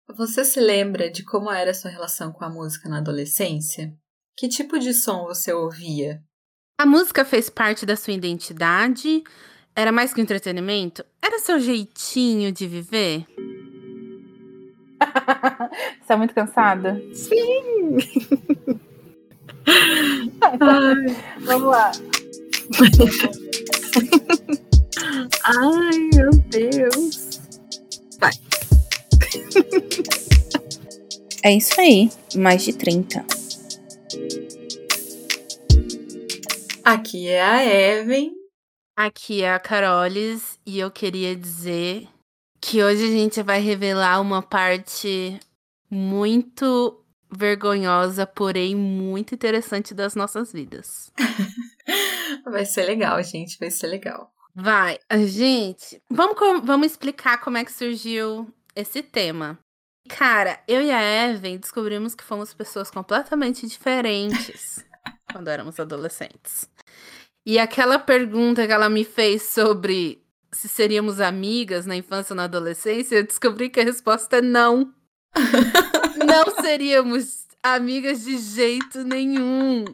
Você se lembra de como era a sua relação com a música na adolescência? Que tipo de som você ouvia? A música fez parte da sua identidade? Era mais que um entretenimento? Era seu jeitinho de viver? Você tá muito cansada? Sim! Vamos lá. Ai, meu Deus. Vai. É isso aí, mais de 30. Aqui é a Evan. Aqui é a Carolis e eu queria dizer que hoje a gente vai revelar uma parte muito vergonhosa, porém muito interessante das nossas vidas. Vai ser legal, gente, vai ser legal. Vai, gente, vamos explicar como é que surgiu esse tema. Cara, eu e a Evan descobrimos que fomos pessoas completamente diferentes quando éramos adolescentes. E aquela pergunta que ela me fez sobre se seríamos amigas na infância ou na adolescência, eu descobri que a resposta é não. Não seríamos amigas de jeito nenhum.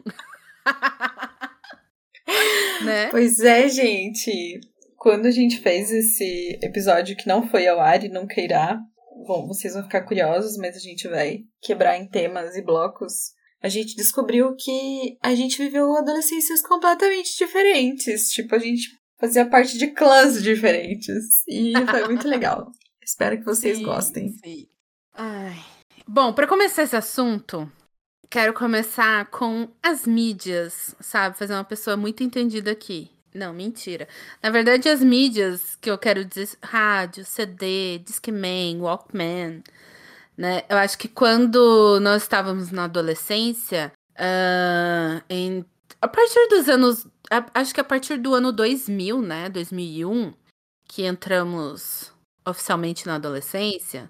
Né? Pois é, gente. Quando a gente fez esse episódio que não foi ao ar e nunca irá, bom, vocês vão ficar curiosos, mas a gente vai quebrar em temas e blocos. A gente descobriu que a gente viveu adolescências completamente diferentes. Tipo, a gente fazia parte de clãs diferentes. E foi muito legal. Espero que vocês gostem. Sim. Ai. Bom, para começar esse assunto, quero começar com as mídias, sabe? Fazer uma pessoa muito entendida aqui. Não, mentira. Na verdade, as mídias que eu quero dizer, rádio, CD, Discman, Walkman, né? Eu acho que quando nós estávamos na adolescência, a partir dos anos, acho que a partir do ano 2000, né? 2001, que entramos oficialmente na adolescência,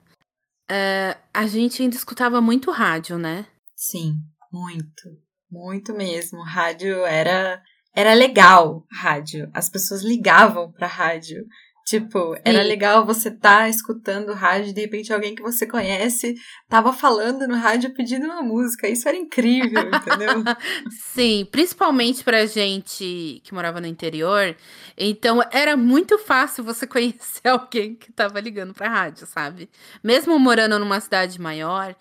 a gente ainda escutava muito rádio, né? Sim, muito. Muito mesmo. Rádio era legal, rádio. As pessoas ligavam pra rádio. Tipo, era legal você tá escutando rádio e de repente alguém que você conhece tava falando no rádio pedindo uma música. Isso era incrível, entendeu? Sim, principalmente pra gente que morava no interior. Então, era muito fácil você conhecer alguém que tava ligando pra rádio, sabe? Mesmo morando numa cidade maior,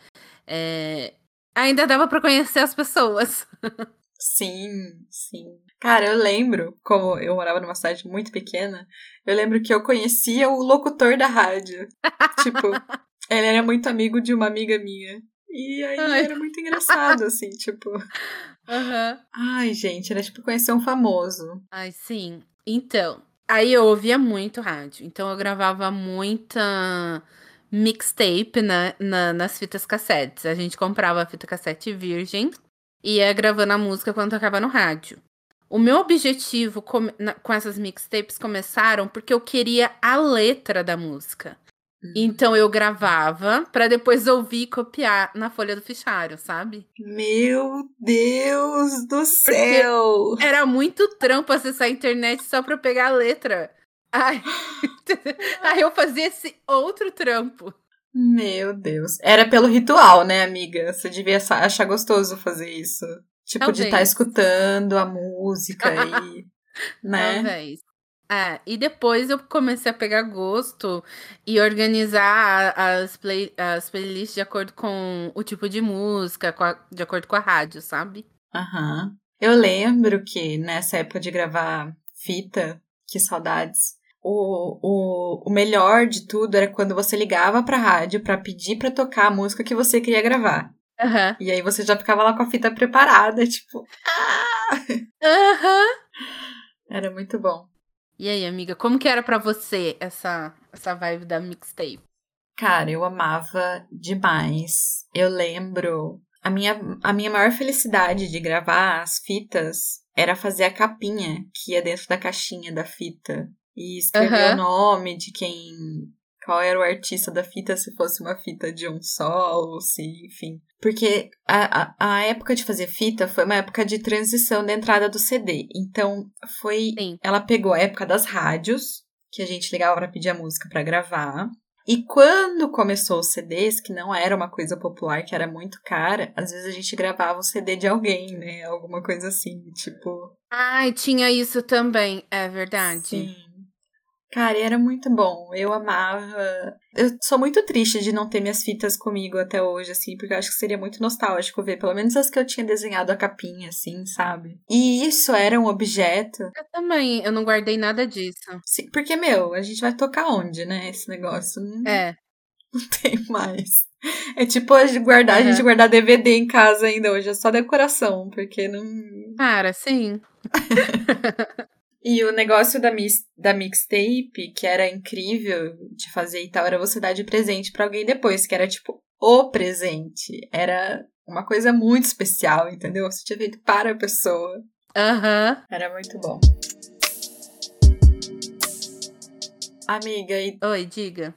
ainda dava pra conhecer as pessoas. Sim, sim. Cara, eu lembro, como eu morava numa cidade muito pequena, eu lembro que eu conhecia o locutor da rádio. Tipo, ele era muito amigo de uma amiga minha. E aí era muito engraçado, assim, tipo... Ai, gente, era tipo conhecer um famoso. Ai, sim. Então, aí eu ouvia muito rádio. Então, eu gravava muita mixtape nas fitas cassetes. A gente comprava a fita cassete virgem e ia gravando a música quando tocava no rádio. O meu objetivo com essas mixtapes começaram porque eu queria a letra da música. Então eu gravava pra depois ouvir e copiar na folha do fichário, sabe? Meu Deus do céu! Era muito trampo acessar a internet só pra eu pegar a letra. Aí eu fazia esse outro trampo. Meu Deus. Era pelo ritual, né, amiga? Você devia achar gostoso fazer isso. Tipo, Talvez. de estar escutando a música e... né? Talvez. E depois eu comecei a pegar gosto e organizar as playlists de acordo com o tipo de música, de acordo com a rádio, sabe? Aham. Eu lembro que nessa época de gravar fita, que saudades, o melhor de tudo era quando você ligava pra rádio pra pedir pra tocar a música que você queria gravar. Aham. E aí você já ficava lá com a fita preparada, tipo... Aham. Era muito bom. E aí, amiga, como que era pra você essa vibe da mixtape? Cara, eu amava demais. Eu lembro... A minha maior felicidade de gravar as fitas era fazer a capinha que ia dentro da caixinha da fita. E escrever o nome de qual era o artista da fita, se fosse uma fita de um só, ou se, enfim. Porque a época de fazer fita foi uma época de transição da entrada do CD. Então, Sim. ela pegou a época das rádios, que a gente ligava pra pedir a música pra gravar. E quando começou os CDs, que não era uma coisa popular, que era muito cara, às vezes a gente gravava o CD de alguém, né? Alguma coisa assim, tipo... Ai, tinha isso também, é verdade. Sim. Cara, e era muito bom. Eu amava. Eu sou muito triste de não ter minhas fitas comigo até hoje, assim, porque eu acho que seria muito nostálgico ver, pelo menos as que eu tinha desenhado a capinha, assim, sabe? E isso era um objeto. Eu também, eu não guardei nada disso. Sim, porque, meu, a gente vai tocar onde, né? Esse negócio não É, tem mais. É tipo a gente aham. guardar DVD em casa ainda hoje, é só decoração, porque não. Cara, sim. E o negócio da mixtape, que era incrível de fazer e tal, era você dar de presente pra alguém depois, que era tipo o presente. Era uma coisa muito especial, entendeu? Você tinha feito para a pessoa. Aham. Era muito bom. Amiga, Oi, diga.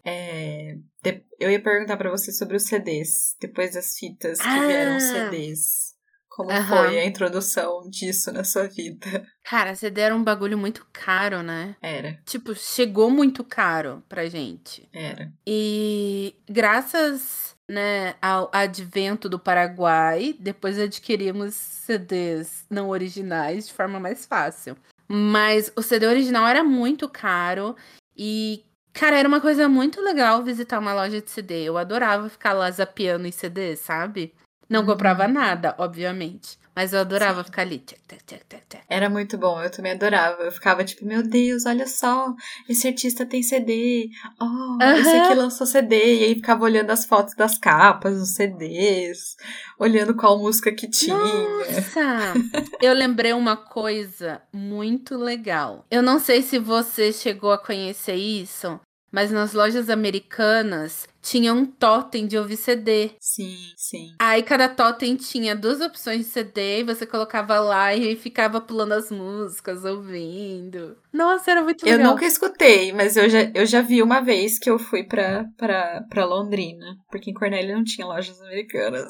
eu ia perguntar pra você sobre os CDs, depois das fitas que vieram os Ah, CDs. Como foi aham. a introdução disso na sua vida? Cara, CD era um bagulho muito caro, né? Era, Tipo, chegou muito caro pra gente. era. E graças, né, ao advento do Paraguai, depois adquirimos CDs não originais de forma mais fácil. Mas o CD original era muito caro e, cara, era uma coisa muito legal visitar uma loja de CD. Eu adorava ficar lá zapeando em CD, sabe? Não comprava Uhum. nada, obviamente. Mas eu adorava Sim. ficar ali. Tchac, tchac, tchac, tchac, tchac. Era muito bom, eu também adorava. Eu ficava tipo, meu Deus, olha só, esse artista tem CD. Oh, esse aqui Aham. lançou CD. E aí ficava olhando as fotos das capas dos CDs, olhando qual música que tinha. Nossa! Eu lembrei uma coisa muito legal. Eu não sei se você chegou a conhecer isso, mas nas lojas americanas tinha um totem de ouvir CD. Sim, sim. Aí cada totem tinha duas opções de CD e você colocava lá e ficava pulando as músicas, ouvindo. Nossa, era muito Eu legal. nunca escutei, mas eu já vi uma vez que eu fui pra Londrina, porque em Cornélio não tinha lojas americanas.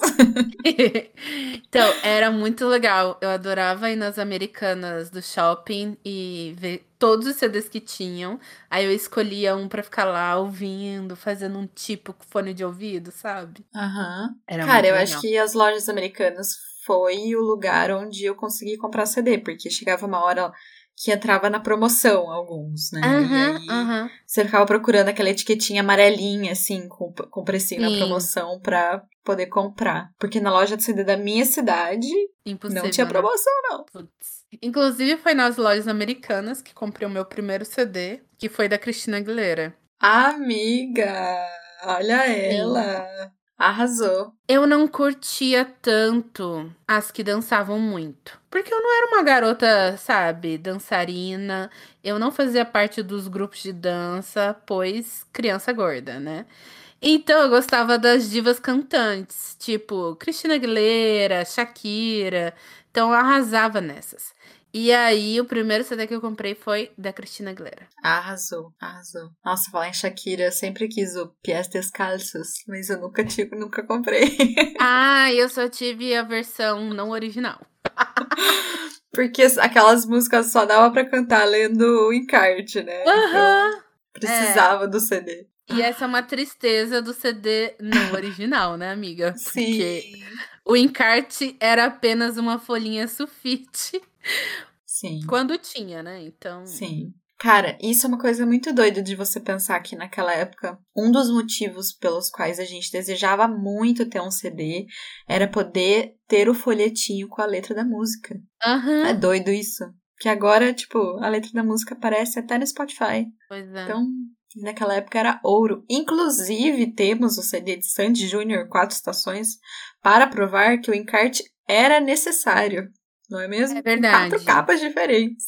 Então, era muito legal. Eu adorava ir nas americanas do shopping e ver todos os CDs que tinham. Aí eu escolhia um pra ficar lá ouvindo, fazendo um tipo com fone de ouvido, sabe? Aham. Era Cara, muito eu acho legal. que as lojas americanas foi o lugar onde eu consegui comprar CD, porque chegava uma hora que entrava na promoção alguns, né? E Aham, aí aham. você ficava procurando aquela etiquetinha amarelinha, assim, com precinho na Sim, promoção pra poder comprar. Porque na loja de CD da minha cidade não tinha impossível, né? promoção, não. Putz. Inclusive, foi nas lojas americanas que comprei o meu primeiro CD, que foi da Christina Aguilera. Amiga, olha Sim. ela. Arrasou. Eu não curtia tanto as que dançavam muito. Porque eu não era uma garota, sabe, dançarina. Eu não fazia parte dos grupos de dança, pois criança gorda, né? Então eu gostava das divas cantantes, tipo Christina Aguilera, Shakira. Então eu arrasava nessas. E aí o primeiro CD que eu comprei foi da Christina Aguilera. Arrasou, arrasou. Nossa, falar em Shakira, eu sempre quis o Pies Descalços, mas eu nunca tive, nunca comprei. Ah, eu só tive a versão não original. Porque aquelas músicas só dava pra cantar lendo o encarte, né? Então Aham. É. precisava do CD. E essa é uma tristeza do CD não original, né, amiga? Porque Sim. o encarte era apenas uma folhinha sulfite Sim, quando tinha, né? Então. sim. Cara, isso é uma coisa muito doida de você pensar que naquela época, um dos motivos pelos quais a gente desejava muito ter um CD era poder ter o folhetinho com a letra da música. Não é Aham. doido isso? Que agora, tipo, a letra da música aparece até no Spotify. Pois é. Então, naquela época era ouro. Inclusive, temos o CD de Sandy Júnior, 4 estações, para provar que o encarte era necessário. Não é É mesmo? Com 4 verdade. capas diferentes.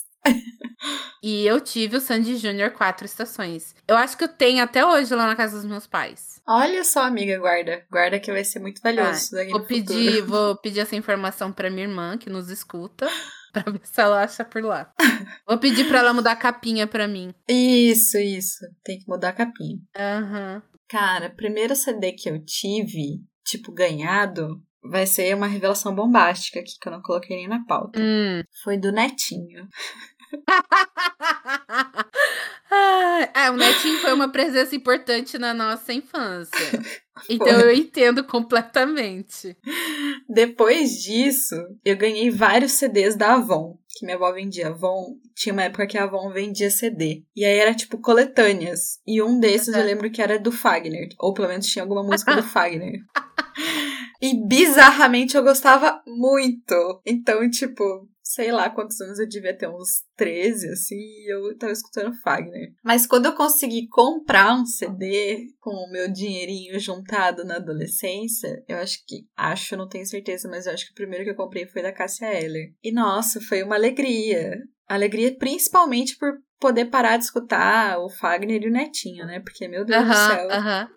E eu tive o Sandy Júnior 4 estações. Eu acho que eu tenho até hoje lá na casa dos meus pais. Olha só, amiga, guarda. Guarda que vai ser muito valioso Ah, isso daqui no futuro. vou pedir essa informação pra minha irmã, que nos escuta, pra ver se ela acha por lá. Vou pedir pra ela mudar a capinha pra mim. Isso. Tem que mudar a capinha. Aham. Cara, primeiro CD que eu tive, tipo, ganhado, vai ser uma revelação bombástica aqui, que eu não coloquei nem na pauta. Foi do Netinho. O Netinho foi uma presença importante na nossa infância. Então eu entendo completamente. Depois disso, eu ganhei vários CDs da Avon, que minha avó vendia. Avon, tinha uma época que a Avon vendia CD. E aí era tipo coletâneas. E um desses eu lembro que era do Fagner. Ou pelo menos tinha alguma música do Fagner. E bizarramente eu gostava muito. Então, tipo, sei lá quantos anos eu devia ter, uns 13, assim, e eu tava escutando Fagner. Mas quando eu consegui comprar um CD com o meu dinheirinho juntado na adolescência, não tenho certeza, mas eu acho que o primeiro que eu comprei foi da Cássia Eller. E nossa, foi uma alegria. Alegria principalmente por poder parar de escutar o Fagner e o Netinho, né? Porque, meu Deus do céu.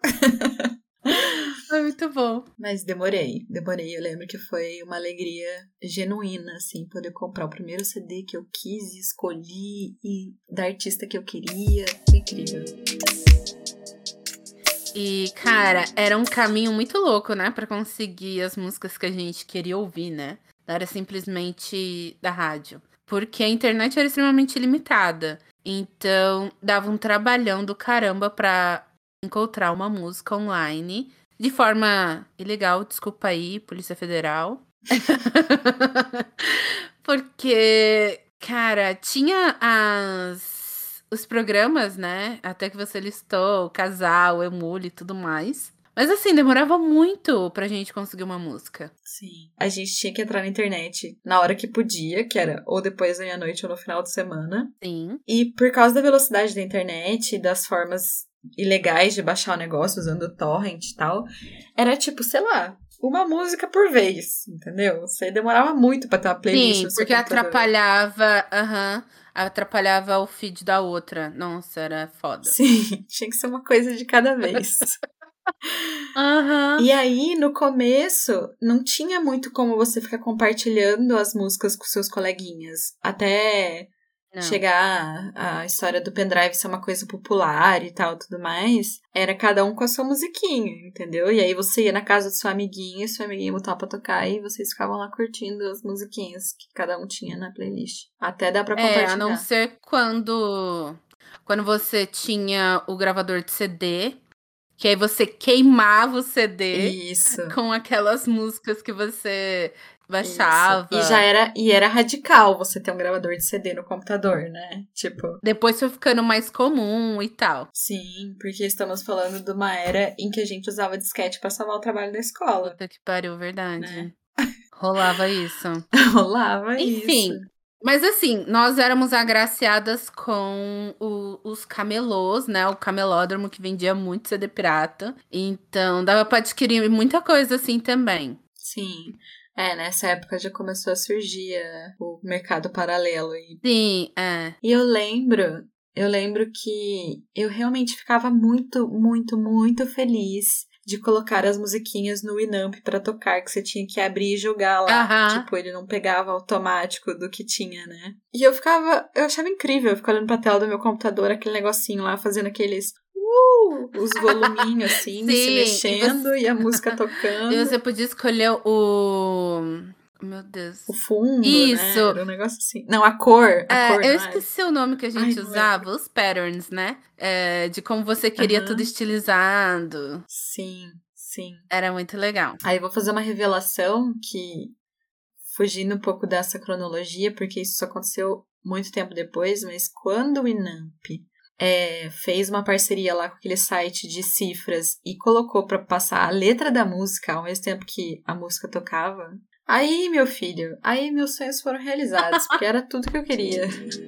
Foi muito bom. Mas demorei. Eu lembro que foi uma alegria genuína, assim, poder comprar o primeiro CD que eu quis e escolhi e da artista que eu queria. Foi incrível. E, cara, era um caminho muito louco, né? Pra conseguir as músicas que a gente queria ouvir, né? Não era simplesmente da rádio. Porque a internet era extremamente limitada. Então, dava um trabalhão do caramba pra encontrar uma música online de forma ilegal, desculpa aí, Polícia Federal. Porque, cara, tinha os programas, né? Até que você listou, o Casal, o Emule e tudo mais. Mas assim, demorava muito pra gente conseguir uma música. Sim. A gente tinha que entrar na internet na hora que podia, que era ou depois da meia-noite ou no final de semana. Sim. E por causa da velocidade da internet e das formas ilegais de baixar o negócio usando o torrent e tal, era tipo, sei lá, uma música por vez, entendeu? Você demorava muito pra ter uma playlist no seu porque computador. atrapalhava o feed da outra. Nossa, era foda. Sim, tinha que ser uma coisa de cada vez. E aí, no começo, não tinha muito como você ficar compartilhando as músicas com seus coleguinhas. Até chegar a história do pendrive ser uma coisa popular e tal, tudo mais. Era cada um com a sua musiquinha, entendeu? E aí você ia na casa do seu amiguinho, e seu amiguinho botava pra tocar, e vocês ficavam lá curtindo as musiquinhas que cada um tinha na playlist. Até dá pra compartilhar. A não ser quando você tinha o gravador de CD, que aí você queimava o CD. Isso. Com aquelas músicas que você baixava. Isso. E era radical você ter um gravador de CD no computador, né? Tipo. Depois foi ficando mais comum e tal. Sim, porque estamos falando de uma era em que a gente usava disquete pra salvar o trabalho da escola. Puta que pariu, verdade. Né? Rolava isso. Enfim. Mas assim, nós éramos agraciadas com os camelôs, né? O camelódromo que vendia muito CD pirata. Então, dava pra adquirir muita coisa assim também. Sim. Nessa época já começou a surgir o mercado paralelo aí. Sim, E eu lembro que eu realmente ficava muito, muito, muito feliz de colocar as musiquinhas no Winamp pra tocar, que você tinha que abrir e jogar lá. Tipo, ele não pegava automático do que tinha, né? E eu achava incrível ficar olhando pra tela do meu computador, aquele negocinho lá, fazendo aqueles os voluminhos assim, Sim, se mexendo e a música tocando. E você podia escolher o... Meu Deus. O fundo, isso. Né? Era um negócio assim. Não, a cor. Eu esqueci o nome que a gente usava. Os patterns, né? De como você queria tudo estilizado. Sim. Era muito legal. Aí eu vou fazer uma revelação que, fugindo um pouco dessa cronologia, porque isso só aconteceu muito tempo depois, mas quando o Winamp fez uma parceria lá com aquele site de cifras e colocou pra passar a letra da música ao mesmo tempo que a música tocava... Aí, meu filho, meus sonhos foram realizados, porque era tudo que eu queria.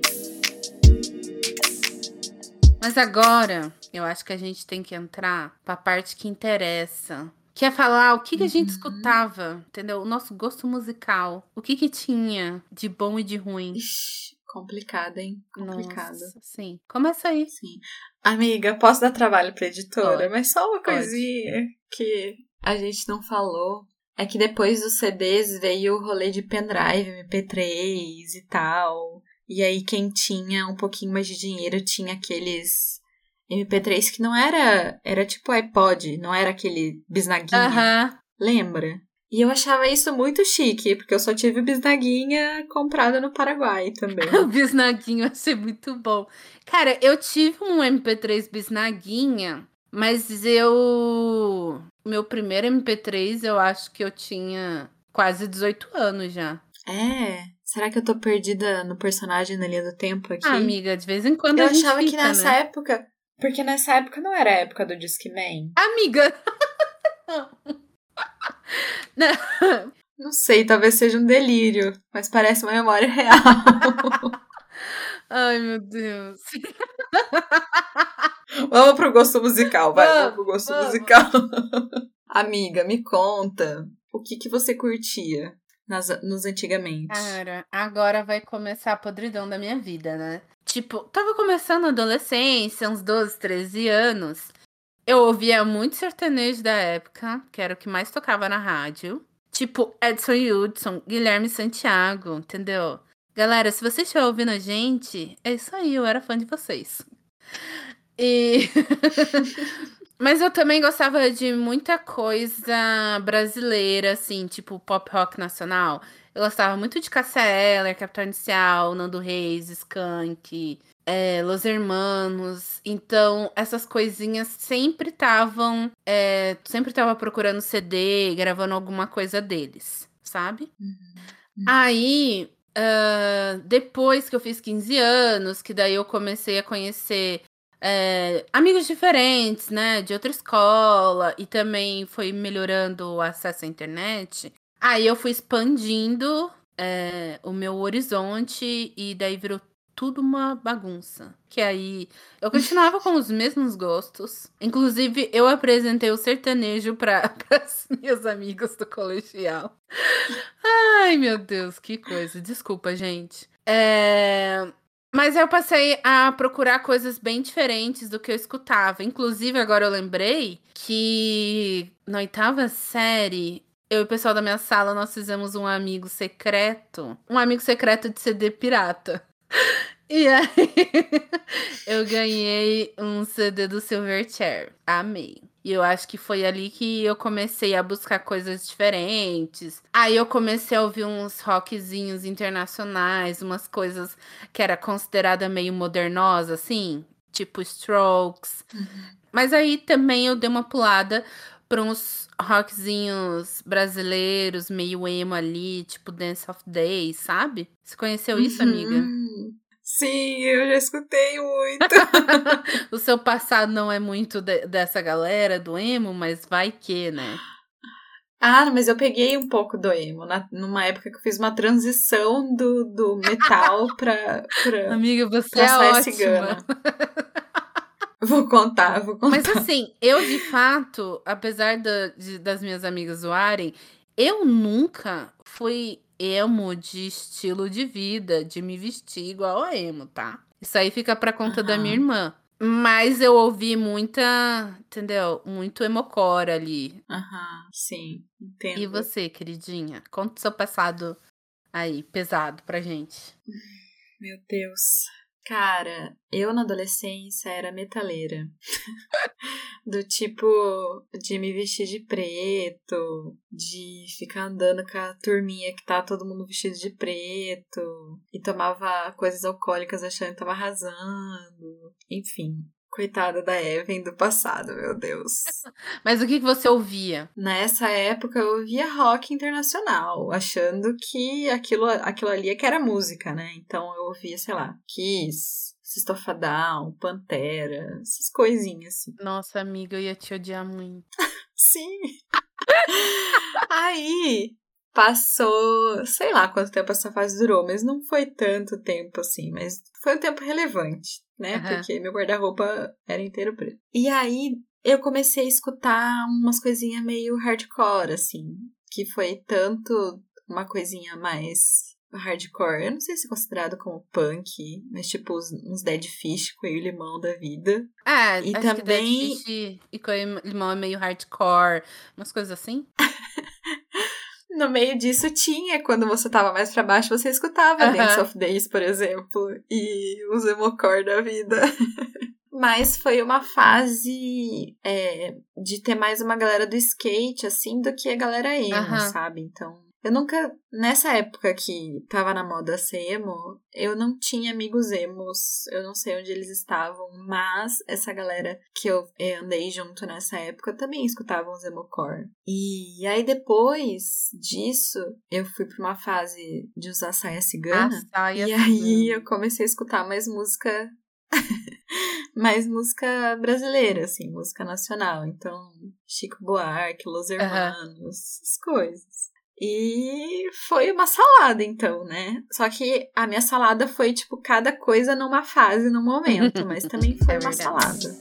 Mas agora, eu acho que a gente tem que entrar pra parte que interessa. Que é falar o que a gente escutava, entendeu? O nosso gosto musical. O que tinha de bom e de ruim. Ixi, complicado, hein? Complicado. Nossa, sim. Começa aí. Sim. Amiga, posso dar trabalho pra editora? Pode. Mas só uma coisinha que a gente não falou. É que depois dos CDs veio o rolê de pendrive, MP3 e tal. E aí quem tinha um pouquinho mais de dinheiro tinha aqueles MP3 que não era... Era tipo iPod, não era aquele bisnaguinha. Lembra? E eu achava isso muito chique, porque eu só tive bisnaguinha comprada no Paraguai também. O bisnaguinho ia ser muito bom. Cara, eu tive um MP3 bisnaguinha, mas meu primeiro MP3 eu acho que eu tinha quase 18 anos já. É? Será que eu tô perdida no personagem na linha do tempo aqui? Ah, amiga, de vez em quando eu a gente achava fica, que nessa né? época... Porque nessa época não era a época do Discman. Amiga! Não sei, talvez seja um delírio, mas parece uma memória real. Ai, meu Deus. Vamos pro gosto musical, vai. Vamos pro gosto Vamos. musical. Amiga, me conta o que você curtia nos antigamente. Cara, agora vai começar a podridão da minha vida, né? Tipo, tava começando a adolescência, uns 12, 13 anos. Eu ouvia muito sertanejo da época, que era o que mais tocava na rádio. Tipo, Edson Hudson, Guilherme Santiago, entendeu? Galera, se vocês estão ouvindo a gente, é isso aí, eu era fã de vocês. E... Mas eu também gostava de muita coisa brasileira, assim, tipo pop rock nacional. Eu gostava muito de Cássia Eller, Capital Inicial, Nando Reis, Skank, Los Hermanos. Então, essas coisinhas sempre estavam... sempre tava procurando CD, gravando alguma coisa deles, sabe? Aí, depois que eu fiz 15 anos, que daí eu comecei a conhecer amigos diferentes, né, de outra escola, e também foi melhorando o acesso à internet. Aí eu fui expandindo o meu horizonte e daí virou tudo uma bagunça. Que aí eu continuava com os mesmos gostos. Inclusive, eu apresentei o sertanejo para as minhas amigas do colegial. Ai, meu Deus, que coisa. Desculpa, gente. Mas eu passei a procurar coisas bem diferentes do que eu escutava. Inclusive, agora eu lembrei que na 8ª série, eu e o pessoal da minha sala, nós fizemos um amigo secreto. Um amigo secreto de CD pirata. E aí, eu ganhei um CD do Silverchair. Amei. E eu acho que foi ali que eu comecei a buscar coisas diferentes. Aí eu comecei a ouvir uns rockzinhos internacionais, umas coisas que era considerada meio modernosa, assim, tipo Strokes. Mas aí também eu dei uma pulada para uns rockzinhos brasileiros, meio emo ali, tipo Dance of Days, sabe? Você conheceu isso, amiga? Sim, eu já escutei muito. O seu passado não é muito dessa galera do emo, mas vai que, né? Ah, mas eu peguei um pouco do emo, numa época que eu fiz uma transição do metal pra Amiga, você pra é saia ótima. cigana. Vou contar. Mas assim, eu de fato, apesar das minhas amigas zoarem, eu nunca fui emo de estilo de vida, de me vestir igual a emo, tá? Isso aí fica pra conta da minha irmã. Mas eu ouvi muita, entendeu? Muito emocore ali. Sim, entendo. E você, queridinha? Conta o seu passado aí, pesado pra gente. Meu Deus. Cara, eu na adolescência era metaleira. Do tipo de me vestir de preto, de ficar andando com a turminha que tá todo mundo vestido de preto, e tomava coisas alcoólicas achando que tava arrasando. Enfim, coitada da Evan do passado, meu Deus. Mas o que você ouvia? Nessa época eu ouvia rock internacional, achando que aquilo ali é que era música, né? Então eu ouvia, sei lá, Kiss, System of a Down, Pantera, essas coisinhas assim. Nossa, amiga, eu ia te odiar muito. Sim! Aí passou, sei lá quanto tempo essa fase durou, mas não foi tanto tempo assim, mas foi um tempo relevante, né? Porque meu guarda-roupa era inteiro preto. E aí eu comecei a escutar umas coisinhas meio hardcore, assim, que foi tanto uma coisinha mais hardcore, eu não sei se é considerado como punk, mas tipo uns Dead Fish, Coelho e Limão da vida. E acho que Dead Fish e Coelho e Limão é meio hardcore, umas coisas assim. No meio disso tinha, quando você tava mais pra baixo, você escutava Dance of Days, por exemplo, e os emocore da vida. Mas foi uma fase de ter mais uma galera do skate, assim, do que a galera emo, sabe? Então, eu nunca... Nessa época que tava na moda ser emo, eu não tinha amigos emos. Eu não sei onde eles estavam, mas essa galera que eu andei junto nessa época também escutavam os emocore. E aí, depois disso, eu fui pra uma fase de usar saia cigana. E aí, eu comecei a escutar mais música... mais música brasileira, assim, música nacional. Então, Chico Buarque, Los Hermanos, essas coisas. E foi uma salada, então, né? Só que a minha salada foi, tipo, cada coisa numa fase, num momento. Mas também foi uma salada.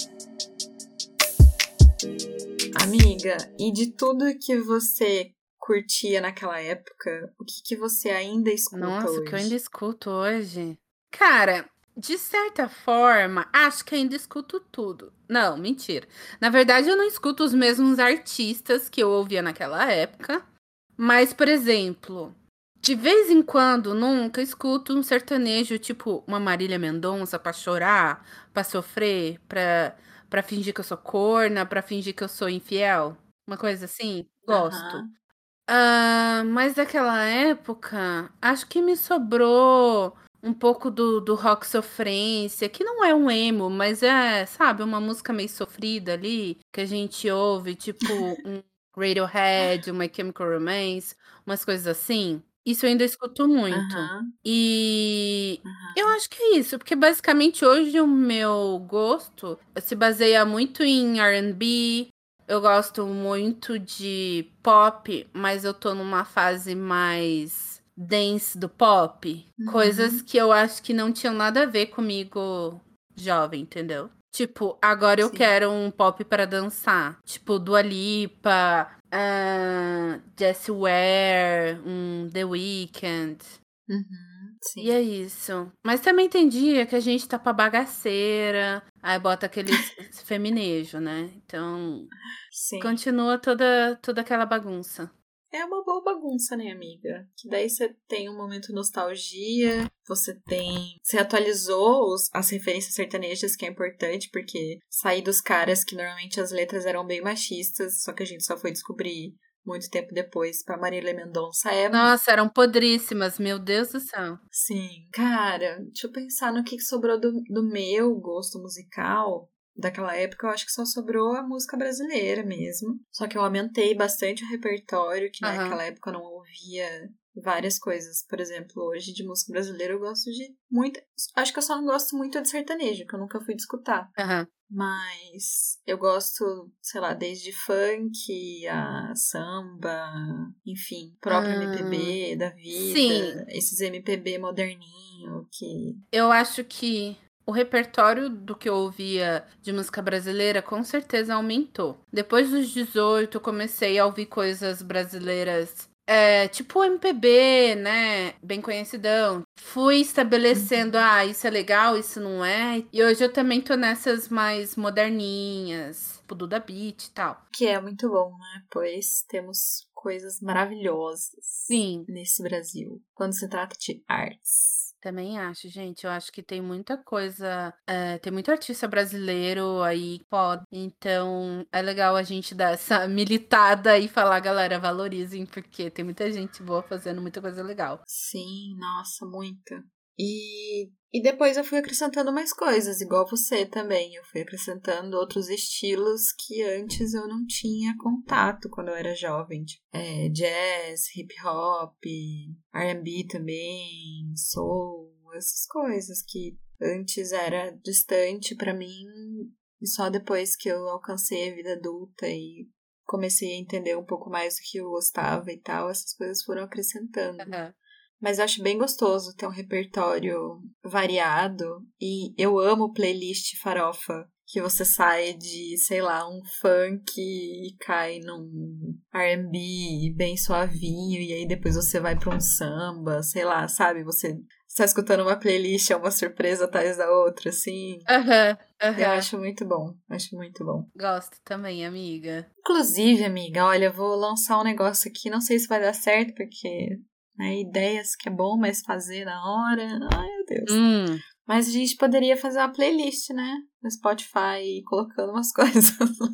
Amiga, e de tudo que você curtia naquela época, o que você ainda escuta hoje? Nossa, o que eu ainda escuto hoje? Cara... De certa forma, acho que ainda escuto tudo. Não, mentira. Na verdade, eu não escuto os mesmos artistas que eu ouvia naquela época. Mas, por exemplo, de vez em quando, nunca escuto um sertanejo tipo uma Marília Mendonça pra chorar, pra sofrer, pra fingir que eu sou corna, pra fingir que eu sou infiel. Uma coisa assim. Gosto. Mas daquela época, acho que me sobrou... um pouco do rock sofrência, que não é um emo, mas é, sabe, uma música meio sofrida ali, que a gente ouve, tipo um Radiohead, uma My Chemical Romance, umas coisas assim. Isso eu ainda escuto muito. E eu acho que é isso, porque basicamente hoje o meu gosto se baseia muito em R&B. Eu gosto muito de pop, mas eu tô numa fase mais dance do pop. Coisas que eu acho que não tinham nada a ver comigo jovem, entendeu? Tipo, agora eu quero um pop para dançar. Tipo, Dua Lipa, Jessie Ware, The Weeknd. Sim. E é isso. Mas também tem dia que a gente tá pra bagaceira, aí bota aquele feminejo, né? Então, continua toda aquela bagunça. É uma boa bagunça, né, amiga? Que daí você tem um momento nostalgia, você atualizou as referências sertanejas, que é importante, porque sair dos caras que normalmente as letras eram bem machistas, só que a gente só foi descobrir muito tempo depois pra Marília Mendonça. Nossa, eram podríssimas, meu Deus do céu. Sim. Cara, deixa eu pensar no que sobrou do meu gosto musical. Daquela época, eu acho que só sobrou a música brasileira mesmo. Só que eu aumentei bastante o repertório, que naquela época eu não ouvia várias coisas. Por exemplo, hoje de música brasileira eu gosto de muita... Acho que eu só não gosto muito de sertanejo, que eu nunca fui de escutar. Mas eu gosto, sei lá, desde funk, a samba, enfim, próprio MPB da vida. Esses MPB moderninho que... Eu acho que o repertório do que eu ouvia de música brasileira com certeza aumentou. Depois dos 18, eu comecei a ouvir coisas brasileiras, tipo MPB, né? Bem conhecidão. Fui estabelecendo, isso é legal, isso não é. E hoje eu também tô nessas mais moderninhas, tipo Duda Beat e tal. Que é muito bom, né? Pois temos coisas maravilhosas nesse Brasil, quando se trata de artes. Também acho, gente. Eu acho que tem muita coisa. Tem muito artista brasileiro aí, pode. Então, é legal a gente dar essa militada e falar, galera, valorizem, porque tem muita gente boa fazendo muita coisa legal. Sim, nossa, muita. E depois eu fui acrescentando mais coisas, igual você também. Eu fui acrescentando outros estilos que antes eu não tinha contato quando eu era jovem. Tipo, jazz, hip hop, R&B também, soul, essas coisas que antes era distante pra mim. E só depois que eu alcancei a vida adulta e comecei a entender um pouco mais do que eu gostava e tal, essas coisas foram acrescentando. Mas eu acho bem gostoso ter um repertório variado. E eu amo playlist farofa. Que você sai de, sei lá, um funk e cai num R&B bem suavinho. E aí depois você vai pra um samba, sei lá, sabe? Você tá escutando uma playlist, é uma surpresa atrás da outra, assim. Eu acho muito bom, acho muito bom. Gosto também, amiga. Inclusive, amiga, olha, eu vou lançar um negócio aqui. Não sei se vai dar certo, porque... ideias que é bom, mas fazer na hora... Ai, meu Deus. Mas a gente poderia fazer uma playlist, né? no Spotify e colocando umas coisas.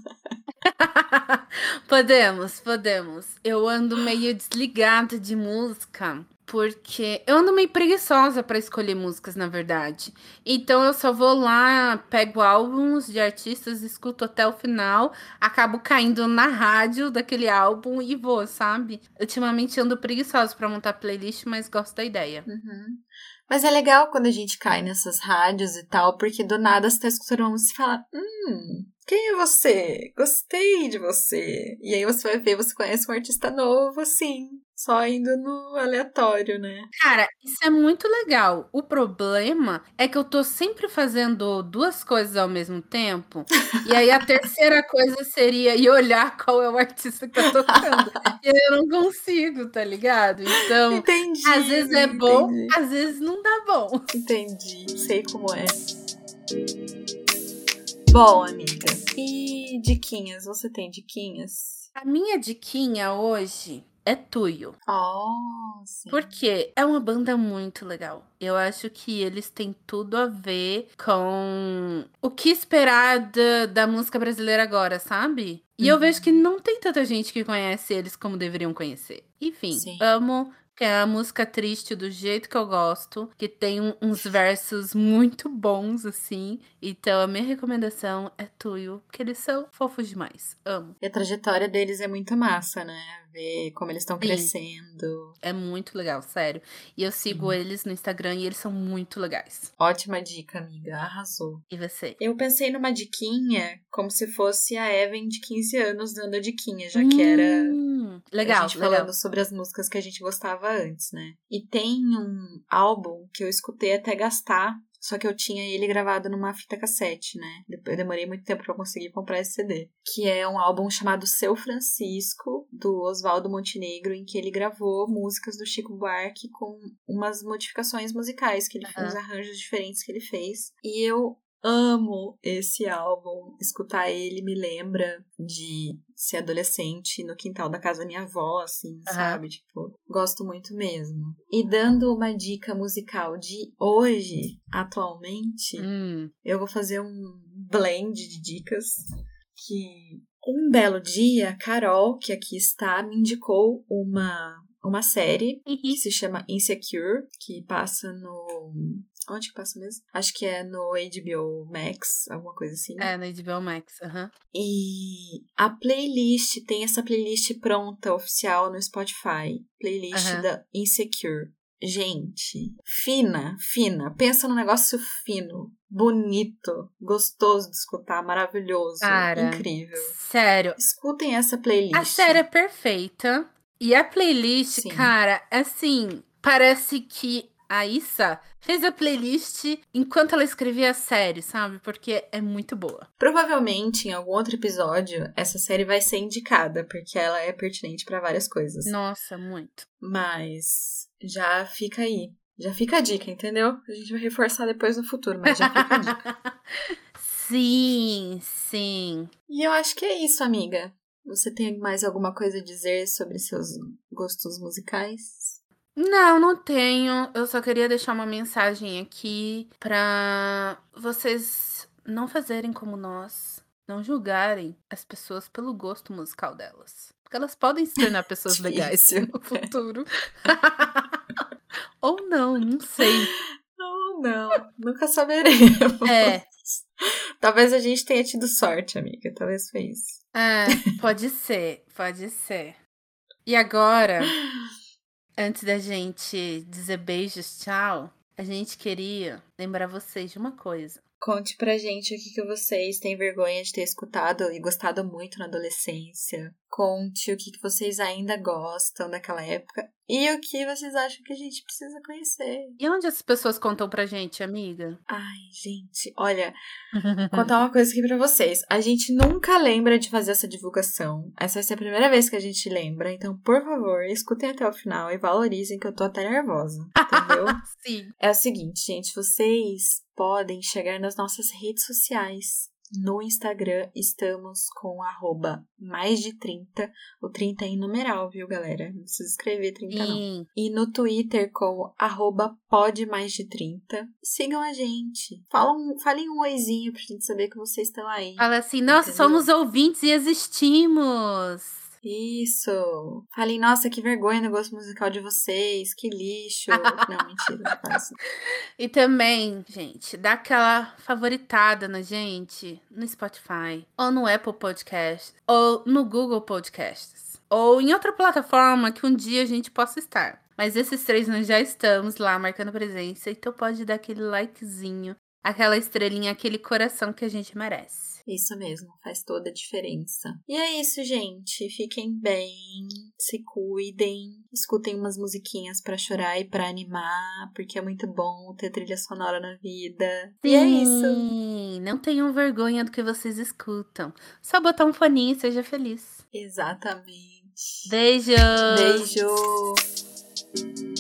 Podemos. Eu ando meio desligada de música, porque eu ando meio preguiçosa pra escolher músicas, na verdade. Então eu só vou lá, pego álbuns de artistas, escuto até o final, acabo caindo na rádio daquele álbum e vou, sabe? Ultimamente ando preguiçosa pra montar playlist, mas gosto da ideia. Uhum. Mas é legal quando a gente cai nessas rádios e tal, porque do nada você tá escutando uma música e fala, quem é você? Gostei de você. E aí você vai ver, você conhece um artista novo, assim, só indo no aleatório, né? Cara, isso é muito legal. O problema é que eu tô sempre fazendo duas coisas ao mesmo tempo. E aí a terceira coisa seria ir olhar qual é o artista que tá tocando. E aí eu não consigo, tá ligado? Então, Entendi, às vezes é amiga, bom, entendi. às vezes não dá bom. Entendi, sei como é. Bom, amiga, e diquinhas? Você tem diquinhas? A minha diquinha hoje é Tuyo. Oh, sim. Porque é uma banda muito legal. Eu acho que eles têm tudo a ver com o que esperar da música brasileira agora, sabe? E eu vejo que não tem tanta gente que conhece eles como deveriam conhecer. Enfim, Sim. amo. Que é a música triste do jeito que eu gosto, que tem uns versos muito bons, assim. Então, a minha recomendação é Tuyo, porque eles são fofos demais. Amo. E a trajetória deles é muito massa, né? Ver como eles estão Sim. crescendo. É muito legal, sério. E eu sigo eles no Instagram e eles são muito legais. Ótima dica, amiga. Arrasou. E você? Eu pensei numa diquinha como se fosse a Evan de 15 anos dando a diquinha, já que era Legal, a gente legal. falando sobre as músicas que a gente gostava antes, né? E tem um álbum que eu escutei até gastar, só que eu tinha ele gravado numa fita cassete, né? Eu demorei muito tempo pra conseguir comprar esse CD. Que é um álbum chamado Seu Francisco, do Oswaldo Montenegro, em que ele gravou músicas do Chico Buarque com umas modificações musicais, que ele fez, uns arranjos diferentes que ele fez. E eu amo esse álbum. Escutar ele me lembra de ser adolescente no quintal da casa da minha avó, assim, sabe? Tipo, gosto muito mesmo. E dando uma dica musical de hoje, atualmente, eu vou fazer um blend de dicas que um belo dia, a Carol, que aqui está, me indicou uma série que se chama Insecure, que passa no... Onde que passa mesmo? Acho que é no HBO Max, alguma coisa assim. É, no HBO Max, E a playlist, tem essa playlist pronta, oficial, no Spotify. Playlist da Insecure. Gente, fina. Pensa num negócio fino, bonito, gostoso de escutar, maravilhoso, Cara, incrível. Sério. Escutem essa playlist. A série é perfeita. E a playlist, Sim. cara, assim, parece que a Issa fez a playlist enquanto ela escrevia a série, sabe? Porque é muito boa. Provavelmente, em algum outro episódio, essa série vai ser indicada, porque ela é pertinente pra várias coisas. Nossa, muito. Mas já fica aí. Já fica a dica, entendeu? A gente vai reforçar depois no futuro, mas já fica a dica. Sim. E eu acho que é isso, amiga. Você tem mais alguma coisa a dizer sobre seus gostos musicais? Não tenho. Eu só queria deixar uma mensagem aqui pra vocês não fazerem como nós. Não julgarem as pessoas pelo gosto musical delas. Porque elas podem se tornar pessoas legais no futuro. Ou não sei. Ou não, nunca saberemos. Talvez a gente tenha tido sorte, amiga. Talvez foi isso. Pode ser. E agora, antes da gente dizer beijos, tchau, a gente queria lembrar vocês de uma coisa. Conte pra gente o que vocês têm vergonha de ter escutado e gostado muito na adolescência. Conte o que vocês ainda gostam daquela época e o que vocês acham que a gente precisa conhecer. E onde as pessoas contam pra gente, amiga? Ai, gente, olha, contar uma coisa aqui pra vocês. A gente nunca lembra de fazer essa divulgação. Essa vai ser a primeira vez que a gente lembra. Então, por favor, escutem até o final e valorizem que eu tô até nervosa, entendeu? Sim. É o seguinte, gente, vocês podem chegar nas nossas redes sociais. No Instagram estamos com @maisde30, o 30 em numeral, viu, galera? Não precisa escrever 30 não. E no Twitter com @podmaisde30. Sigam a gente. Falem um oizinho pra gente saber que vocês estão aí. Fala assim, nossa, entendeu? Somos ouvintes e existimos. Isso. Falei, nossa, que vergonha no gosto musical de vocês, que lixo. Não, mentira, não faço. E também, gente, dá aquela favoritada na gente no Spotify, ou no Apple Podcasts, ou no Google Podcasts, ou em outra plataforma que um dia a gente possa estar. Mas esses 3 nós já estamos lá marcando presença, então pode dar aquele likezinho, aquela estrelinha, aquele coração que a gente merece. Isso mesmo, faz toda a diferença. E é isso, gente. Fiquem bem, se cuidem, escutem umas musiquinhas pra chorar e pra animar, porque é muito bom ter trilha sonora na vida. Sim, e é isso. Não tenham vergonha do que vocês escutam. Só botar um foninho e seja feliz. Exatamente. Beijo! Beijo!